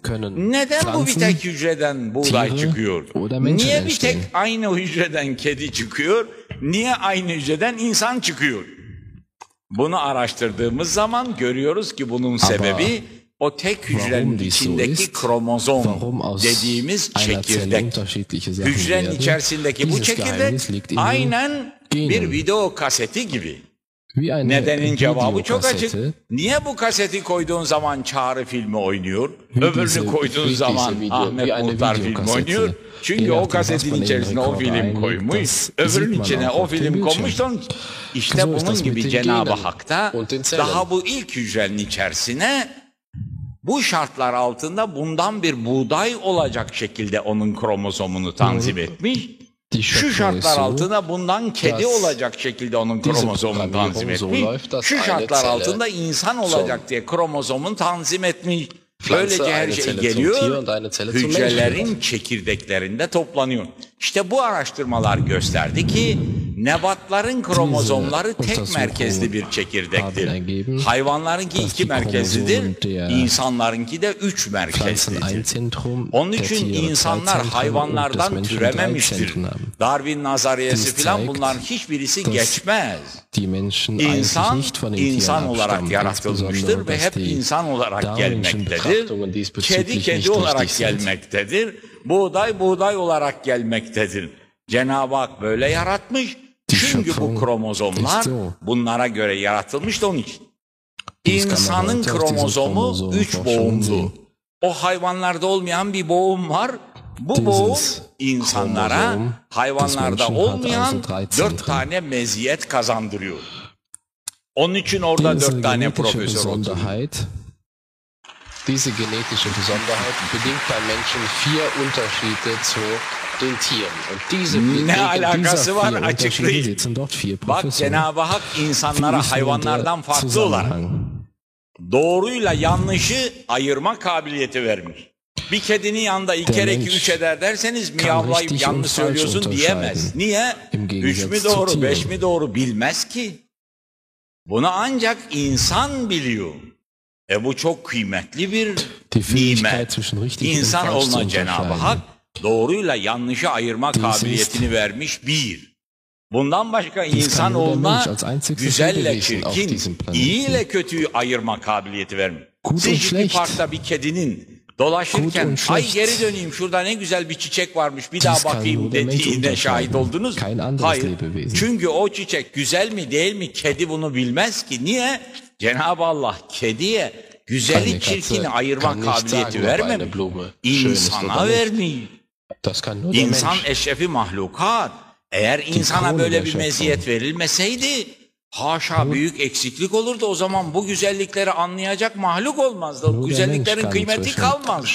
Neden bu bir tek hücreden buğday çıkıyor? Niye bir tek aynı hücreden kedi çıkıyor? Niye aynı hücreden insan çıkıyor? Bunu araştırdığımız zaman görüyoruz ki bunun sebebi o tek hücrenin içindeki kromozom dediğimiz çekirdek. Hücrenin içerisindeki bu çekirdek aynen bir video kaseti gibi. Nedenin cevabı çok açık. Niye bu kaseti koyduğun zaman Çağrı filmi oynuyor? Öbürünü koyduğun zaman Ahmet Muhtar filmi oynuyor. Çünkü o kasetin içerisine o film koymuş. Öbürünün içine o film konmuş. İşte bunun gibi Cenab-ı Hak da daha bu ilk hücrenin içerisine bu şartlar altında bundan bir buğday olacak şekilde onun kromozomunu tanzim etmiş. Şu şartlar altında bundan kedi olacak şekilde onun kromozomunu tanzim etmiş. Şu şartlar altında insan olacak diye kromozomunu tanzim etmiş. Böylece her şey geliyor, hücrelerin çekirdeklerinde toplanıyor. İşte bu araştırmalar gösterdi ki nebatların kromozomları tek merkezli bir çekirdektir. Hayvanlarınki 2 merkezlidir, insanlarınki de 3 merkezlidir. Onun için insanlar hayvanlardan türememiştir. Darwin nazariyesi filan bunların hiçbirisi geçmez. İnsan olarak yaratılmıştır ve hep insan olarak gelmektedir. Kedi olarak gelmektedir. Buğday olarak gelmektedir. Cenab-ı Hak böyle yaratmış. Çünkü bu kromozomlar bunlara göre yaratılmış da onun için. İnsanın kromozomu 3 boğumlu. O hayvanlarda olmayan bir boğum var. Bu boğum insanlara hayvanlarda olmayan 4 tane meziyet kazandırıyor. Onun için orada 4 tane profesör oturuyor. Diese genetische Besonderheit bedingt beim Menschen 4 Unterschiede zu den Tieren. Und diese ne alakası var açıklayayım. Bak Cenab-ı Hak insanlara hayvanlardan farklı olarak doğruyla yanlışı ayırma kabiliyeti vermiş. Bir kedinin yanında 2 kere 2 3 eder derseniz miyavlayıp yanlış söylüyorsun diyemez. Niye? 3 mü doğru 5 mi doğru bilmez ki. Bunu ancak insan biliyor. Bu çok kıymetli bir nimet. İnsan olma Cenab-ı Hak doğruyla yanlışı ayırma kabiliyetini vermiş bir. Bundan başka insan olma güzelle çirkin, iyi ile kötüyü ayırma kabiliyeti vermiş. Siz bir parkta bir kedinin dolaşırken ay geri döneyim şurada ne güzel bir çiçek varmış bir daha bakayım dediğine şahit oldunuz mu? Hayır. Çünkü o çiçek güzel mi değil mi kedi bunu bilmez ki. Niye? Cenab-ı Allah kediye güzeli çirkini ayırma kabiliyeti vermemiş. İnsana vermiş. İnsan eşrefi mahlukat. Eğer insana böyle bir meziyet verilmeseydi haşa büyük eksiklik olurdu. O zaman bu güzellikleri anlayacak mahluk olmazdı. O güzelliklerin kıymeti kalmaz.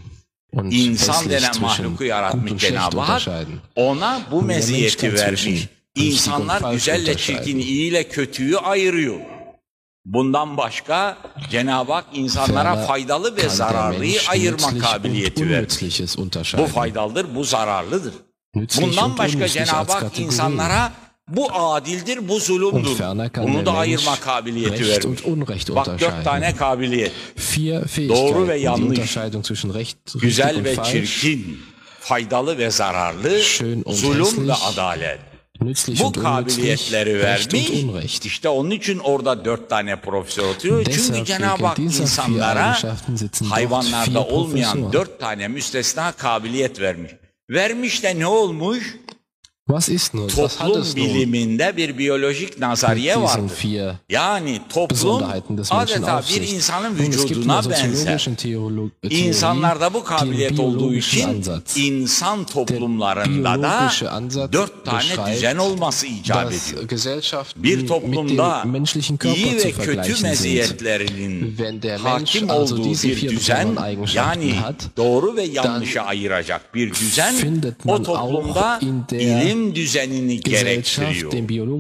İnsan denen mahluku yaratmış Cenab-ı Hak. Ona bu meziyeti vermiş. İnsanlar güzelle çirkini, iyi ile kötüyü ayırıyor. Bundan başka Cenab-ı Hak insanlara faydalı ve zararlıyı ayırma kabiliyeti vermiş. Bu faydalıdır, bu zararlıdır. Bundan başka Cenab-ı Hak insanlara bu adildir, bu zulümdür. Bunu da ayırma kabiliyeti vermiş. Bak 4 tane kabiliyet. Doğru ve yanlış, güzel ve çirkin, faydalı ve zararlı, zulüm ve adalet. Bu kabiliyetleri vermiş. İşte onun için orada 4 tane profesör oturuyor. Çünkü Cenab-ı Hak insanlara hayvanlarda olmayan 4 tane müstesna kabiliyet vermiş. Vermiş de ne olmuş? Toplum biliminde bir biyolojik nazariye vardır. Yani toplum adeta bir insanın vücuduna benzer. İnsanlarda bu kabiliyet olduğu için insan toplumlarında da 4 tane düzen olması icap ediyor. Bir toplumda iyi ve kötü meziyetlerinin hakim olduğu bir düzen, yani doğru ve yanlışı ayıracak bir düzen o toplumda ilim düzenini gerektiriyor.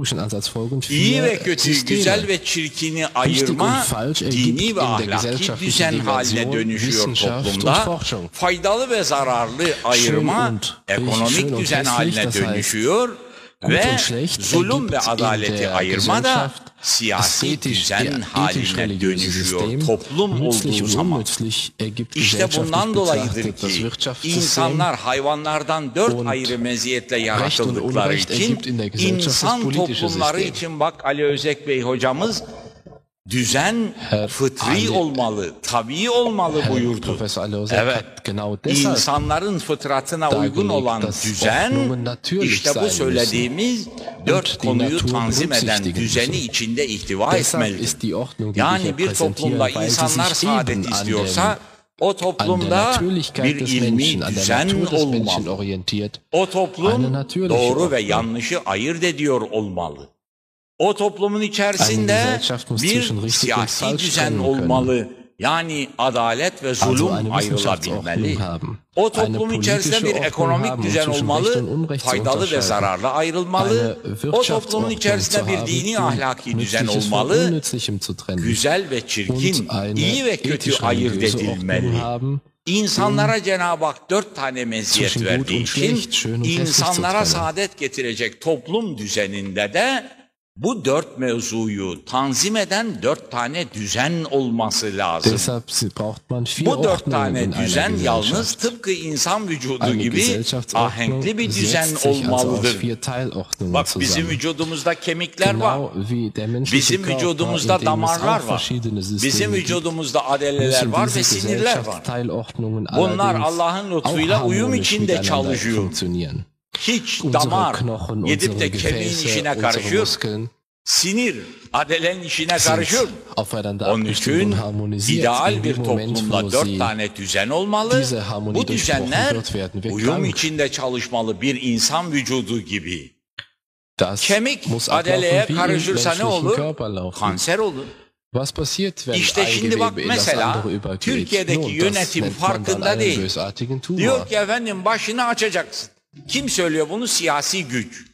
İyi ve kötü, güzel ve çirkini ayırma dini ve ahlaki düzen haline dönüşüyor toplumda. Faydalı ve zararlı ayırma ekonomik düzen haline dönüşüyor. Ve zulüm ve adaleti ayırma da siyasi düzen haline dönüşüyor toplum olduğu zaman. İşte bundan dolayıdır ki insanlar hayvanlardan 4 ayrı meziyetle yaratıldıkları için insan toplumları için bak Ali Özek Bey hocamız düzen fıtri olmalı, tabii olmalı buyurdu. Evet, insanların fıtratına uygun olan düzen, işte bu söylediğimiz 4 konuyu tanzim eden düzeni içinde ihtiva etmelidir. Yani bir toplumda insanlar saadet istiyorsa, o toplumda bir ilmi düzen olmalı. O toplum doğru ve yanlışı ayırt ediyor olmalı. O toplumun içerisinde bir siyasi düzen olmalı. Yani adalet ve zulüm ayrılabilmeli. O toplumun içerisinde bir ekonomik düzen olmalı, faydalı ve zararlı ayrılmalı. O toplumun içerisinde bir dini ahlaki düzen olmalı, güzel ve çirkin, iyi ve kötü ayırt edilmeli. İnsanlara Cenab-ı Hak 4 tane meziyet verdiği için, insanlara saadet getirecek toplum düzeninde de bu 4 mevzuyu tanzim eden 4 tane düzen olması lazım. Bu 4 tane düzen yalnız tıpkı insan vücudu gibi ahenkli bir düzen olmalıdır. Bak bizim vücudumuzda kemikler var. Bizim vücudumuzda damarlar var. Bizim vücudumuzda adeleler var ve sinirler var. Bunlar Allah'ın lütfuyla uyum içinde çalışıyor. Hiç damar gidip de kemiğin işine karışıyor. Sinir adelenin işine karışıyor. Onun için ideal bir toplumda 4 tane düzen olmalı. Bu düzenler uyum içinde çalışmalı bir insan vücudu gibi. Kemik adeleye karışırsa ne olur? Kanser olur. İşte şimdi bak mesela Türkiye'deki yönetim farkında değil. Diyor ki efendim başını açacaksın. Kim söylüyor bunu? Siyasi güç.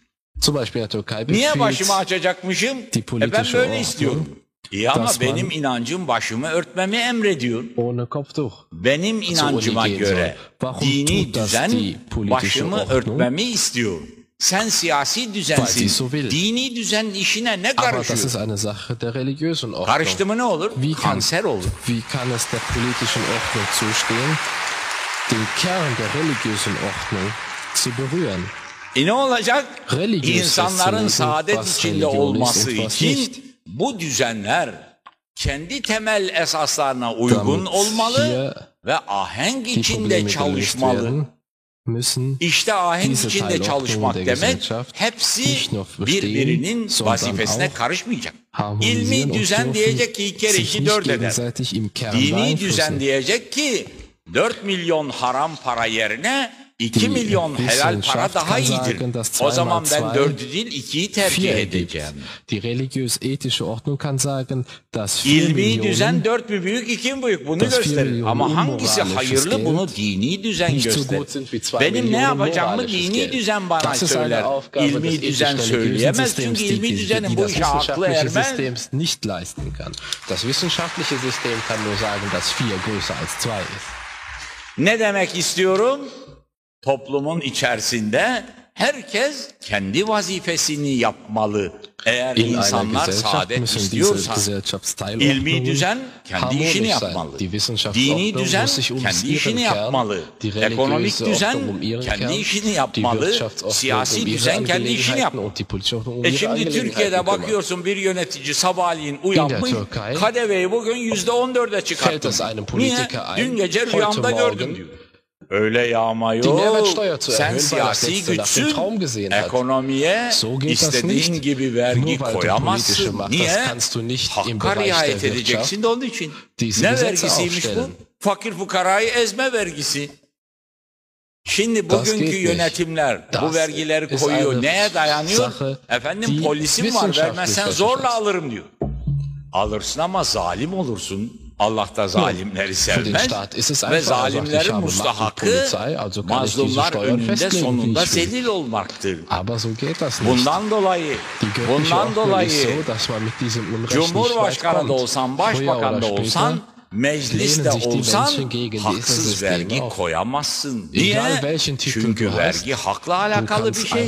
Niye başımı açacakmışım? Ben böyle istiyorum. İyi ama benim inancım başımı örtmemi emrediyor. Benim inancıma göre dini düzen başımı örtmemi istiyor. Sen siyasi düzensin. Dini düzen işine ne karışıyor? Karıştı mı ne olur? Kanser olur. Ne olacak? İnsanların saadet içinde olması için bu düzenler kendi temel esaslarına uygun olmalı ve ahenk içinde çalışmalı. İşte ahenk içinde çalışmak demek hepsi birbirinin vazifesine karışmayacak. İlmi düzen diyecek ki 2 kere 2 4 eder. Dini düzen diyecek ki 4 milyon haram para yerine 2 milyon helal para daha iyidir. O zaman ben 4'ü değil 2'yi tercih edeceğim. İlmi düzen 4 mü büyük 2 mi büyük bunu gösterir. Ama hangisi hayırlı bunu dini düzen gösterir. Benim ne yapacağımı dini düzen bana söyler. İlmi düzen söyleyemez çünkü ilmi düzenin bu işe aklı ermez. Ne demek istiyorum? Toplumun içerisinde herkes kendi vazifesini yapmalı. Eğer insanlar saadet istiyorsa ilmi düzen kendi işini yapmalı. Dini düzen kendi işini yapmalı. Ekonomik düzen kendi işini yapmalı. Siyasi düzen kendi işini yapmalı. Şimdi Türkiye'de bakıyorsun bir yönetici sabahleyin uyanmış, KDV'yi bugün %14'e çıkarttı. Niye? Dün gece rüyamda gördüm diyor. Öyle yağma yok. Sen siyasi güçsün. Ekonomiye istediğin gibi vergi koyamazsın. Niye? Hakka riayet edeceksin de onun için. Ne vergisiymiş bu? Fakir fukarayı ezme vergisi. Şimdi bugünkü yönetimler bu vergileri koyuyor. Neye dayanıyor? Efendim polisim var vermezsen zorla alırım diyor. Alırsın ama zalim olursun. Allah da zalimleri sevmez ve zalimlerin mustahakı mazlumlar önünde sonunda zelil olmaktır. Bundan dolayı Cumhurbaşkanı da olsan, başbakan da olsan, mecliste olsan haksız vergi koyamazsın. Niye? Çünkü vergi hakla alakalı bir şey.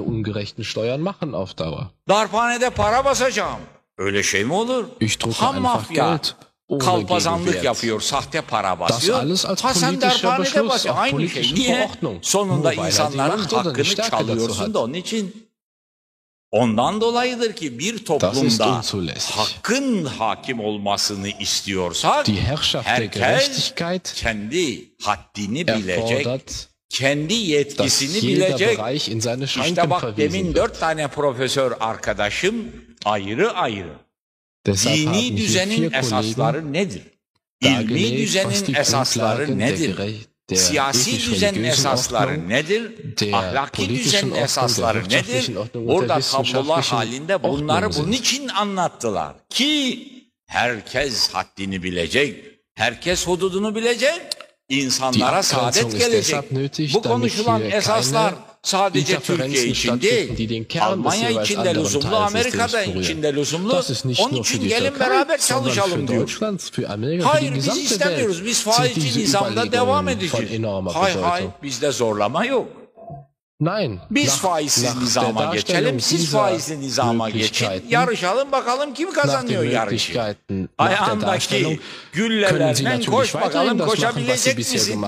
Darphanede para basacağım. Öyle şey mi olur? Ham mafya. Kalpazanlık yapıyor, sahte para basıyor. Sen darphanede basıyor. Aynı şey. Niye? Sonunda insanların hakkını çalıyorsun da onun için. Ondan dolayıdır ki bir toplumda hakkın hakim olmasını istiyorsak herkes kendi haddini bilecek, kendi yetkisini bilecek. İşte bak demin 4 tane profesör arkadaşım ayrı ayrı dini düzenin esasları nedir? İlmi düzenin esasları nedir? Siyasi düzenin esasları nedir? Ahlaki düzenin esasları nedir? Burada tablolar halinde bunları bunun için anlattılar. Ki herkes haddini bilecek, herkes hududunu bilecek, insanlara saadet gelecek. Bu konuşulan esaslar sadece Türkiye için değil, Almanya için de lüzumlu, Amerika'da için de lüzumlu. Onun için gelin beraber çalışalım diyor. Hayır biz istemiyoruz, biz faizci nizamda devam edeceğiz. Hayır bizde zorlama yok. Biz faizsiz nizama geçelim, siz faizli nizama geçin, yarışalım bakalım kim kazanıyor yarışı. Ayağındaki güllelerden koş bakalım koşabilecek misin?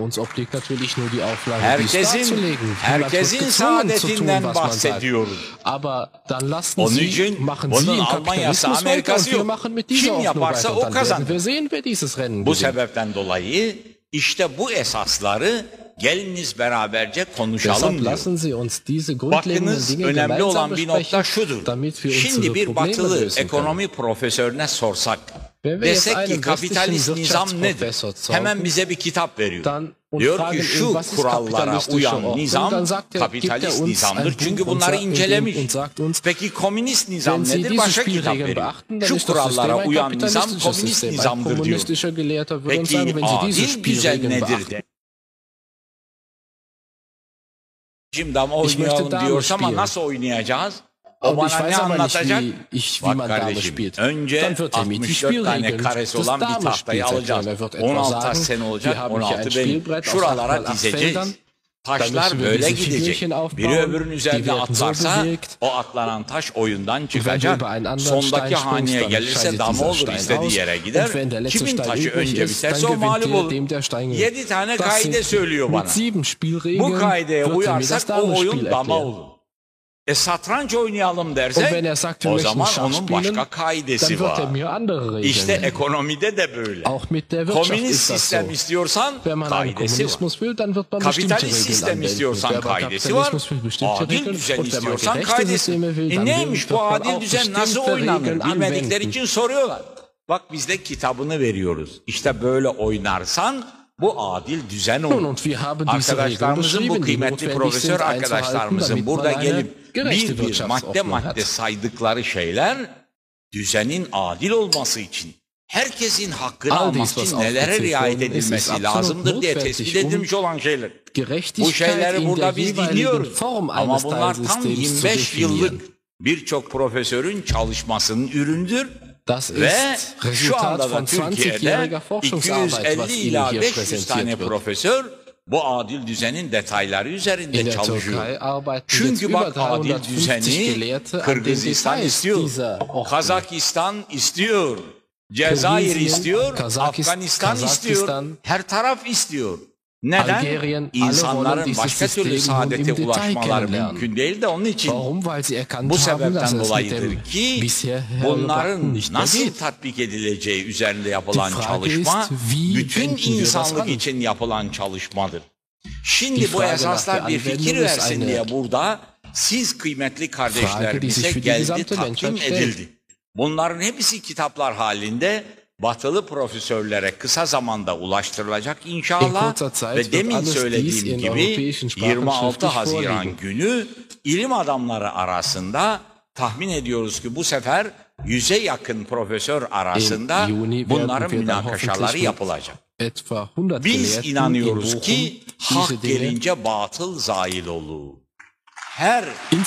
Herkesin saadetinden bahsediyoruz. Onun için bunun Almanya'sı, Amerika'sı yok. Kim yaparsa o kazanır. Bu sebepten dolayı işte bu esasları geliniz beraberce konuşalım diyor. Bakınız önemli olan bir nokta şudur. Şimdi bir batılı ekonomi profesörüne sorsak, desek ki kapitalist nizam nedir? Hemen bize bir kitap veriyor. Diyor ki şu kurallara uyan nizam kapitalist nizamdır. Çünkü bunları incelemiş. Peki komünist nizam nedir? Başka kitap veriyor. Şu kurallara uyan nizam komünist nizamdır diyor. Peki adil düzen nedir de? Şimdi ama oynayalım diyoruz ama nasıl oynayacağız? O bana ne anlatacak? Bak kardeşim, önce 64 tane karesi olan bir tahtayı alacağız. 16 taş sen olacak, 16 benim. Şuralara dizeceğiz. Taşlar böyle gidecek. Biri öbürünün üzerine atlarsa o atlanan taş oyundan çıkacak. Sondaki haneye gelirse dama olur, istediği yere gider. Kimin taşı önce biterse o mağlup olur. 7 tane kaide söylüyor bana. Bu kaideye uyarsak o oyun dama olur. Satranç oynayalım dersek o zaman onun başka kaidesi var. İşte ekonomide de böyle. Komünist sistem istiyorsan kaidesi var. Kapitalist sistem istiyorsan kaidesi var. Adil düzen istiyorsan kaidesi. Neymiş bu adil düzen, nasıl oynanır bilmedikleri için soruyorlar. Bak biz de kitabını veriyoruz. İşte böyle oynarsan bu adil düzen olur. Arkadaşlarımızın, bu kıymetli profesör arkadaşlarımızın burada gelip bir madde saydıkları şeyler düzenin adil olması için, herkesin hakkını alması için nelere riayet edilmesi lazımdır diye tespit edilmiş olan şeyler. Bu şeyleri burada biz dinliyoruz. Ama bunlar tam 25 yıllık birçok profesörün çalışmasının üründür. Ve şu anda da Türkiye'de 250 ila 500 tane profesör bu adil düzenin detayları üzerinde çalışıyor. Çünkü bak adil düzeni Kırgızistan istiyor, Kazakistan istiyor, Cezayir istiyor, Afganistan istiyor, her taraf istiyor. Neden? İnsanların başka türlü saadete ulaşmaları mümkün değil de onun için. Bu sebepten dolayıdır ki bunların nasıl tatbik edileceği üzerinde yapılan çalışma bütün insanlık için yapılan çalışmadır. Şimdi bu esaslar bir fikir versin diye burada siz kıymetli kardeşlerimize geldi, takdim edildi. Bunların hepsi kitaplar halinde batılı profesörlere kısa zamanda ulaştırılacak inşallah ve demin söylediğim gibi 26 Haziran günü ilim adamları arasında tahmin ediyoruz ki bu sefer 100'e yakın profesör arasında bunların münakaşaları yapılacak. Biz inanıyoruz ki hak gelince batıl zail olur. Her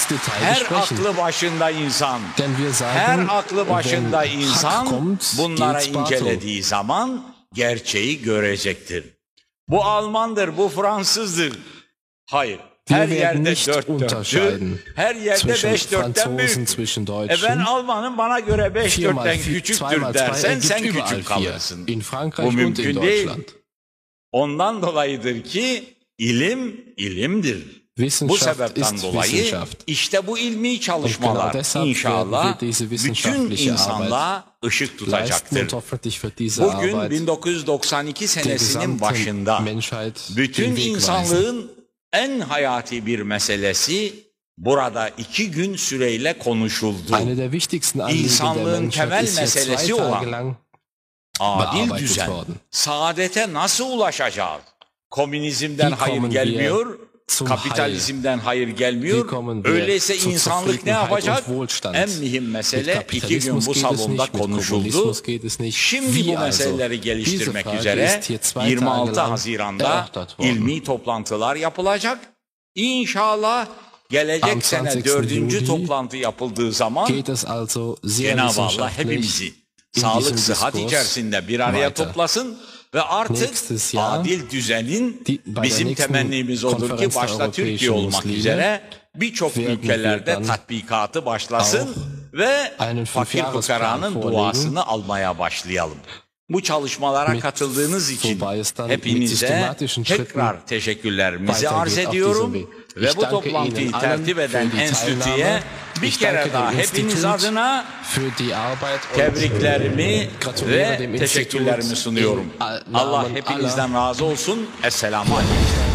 aklı başında insan, her aklı başında insan bunlara incelediği zaman gerçeği görecektir. Bu Almandır, bu Fransızdır. Hayır, her yerde 4-4'tür, her yerde 5-4'ten büyük. Ben Almanım, bana göre 5-4'ten küçüktür dersen sen küçük kalırsın. Bu mümkün değil. Ondan dolayıdır ki ilim ilimdir. Bu sebepten dolayı işte bu ilmi çalışmalar inşallah bütün insanlığa ışık tutacaktır. Bugün 1992 senesinin başında bütün insanlığın en hayati bir meselesi burada 2 gün süreyle konuşuldu. İnsanlığın temel meselesi olan adil düzen, saadete nasıl ulaşacağız? Komünizmden hayır gelmiyor, kapitalizmden hayır gelmiyor. Öyleyse insanlık ne yapacak? En mühim mesele 2 gün bu salonda konuşuldu. Şimdi bu meseleleri geliştirmek üzere 26 Haziran'da ilmi toplantılar yapılacak. İnşallah gelecek sene 4. toplantı yapıldığı zaman Cenab-ı Allah hepimizi sağlık, sıhhat içerisinde bir araya toplasın ve artık adil düzenin bizim temennimiz odur ki başta Türkiye olmak üzere birçok ülkelerde tatbikatı başlasın ve fakir fukaranın duasını almaya başlayalım. Bu çalışmalara katıldığınız için hepinize tekrar teşekkürlerimizi arz ediyorum ve bu toplantıyı tertip eden enstitüye bir kere daha hepiniz adına tebriklerimi ve teşekkürlerimi sunuyorum. Allah hepinizden razı olsun. Esselamu Aleyküm.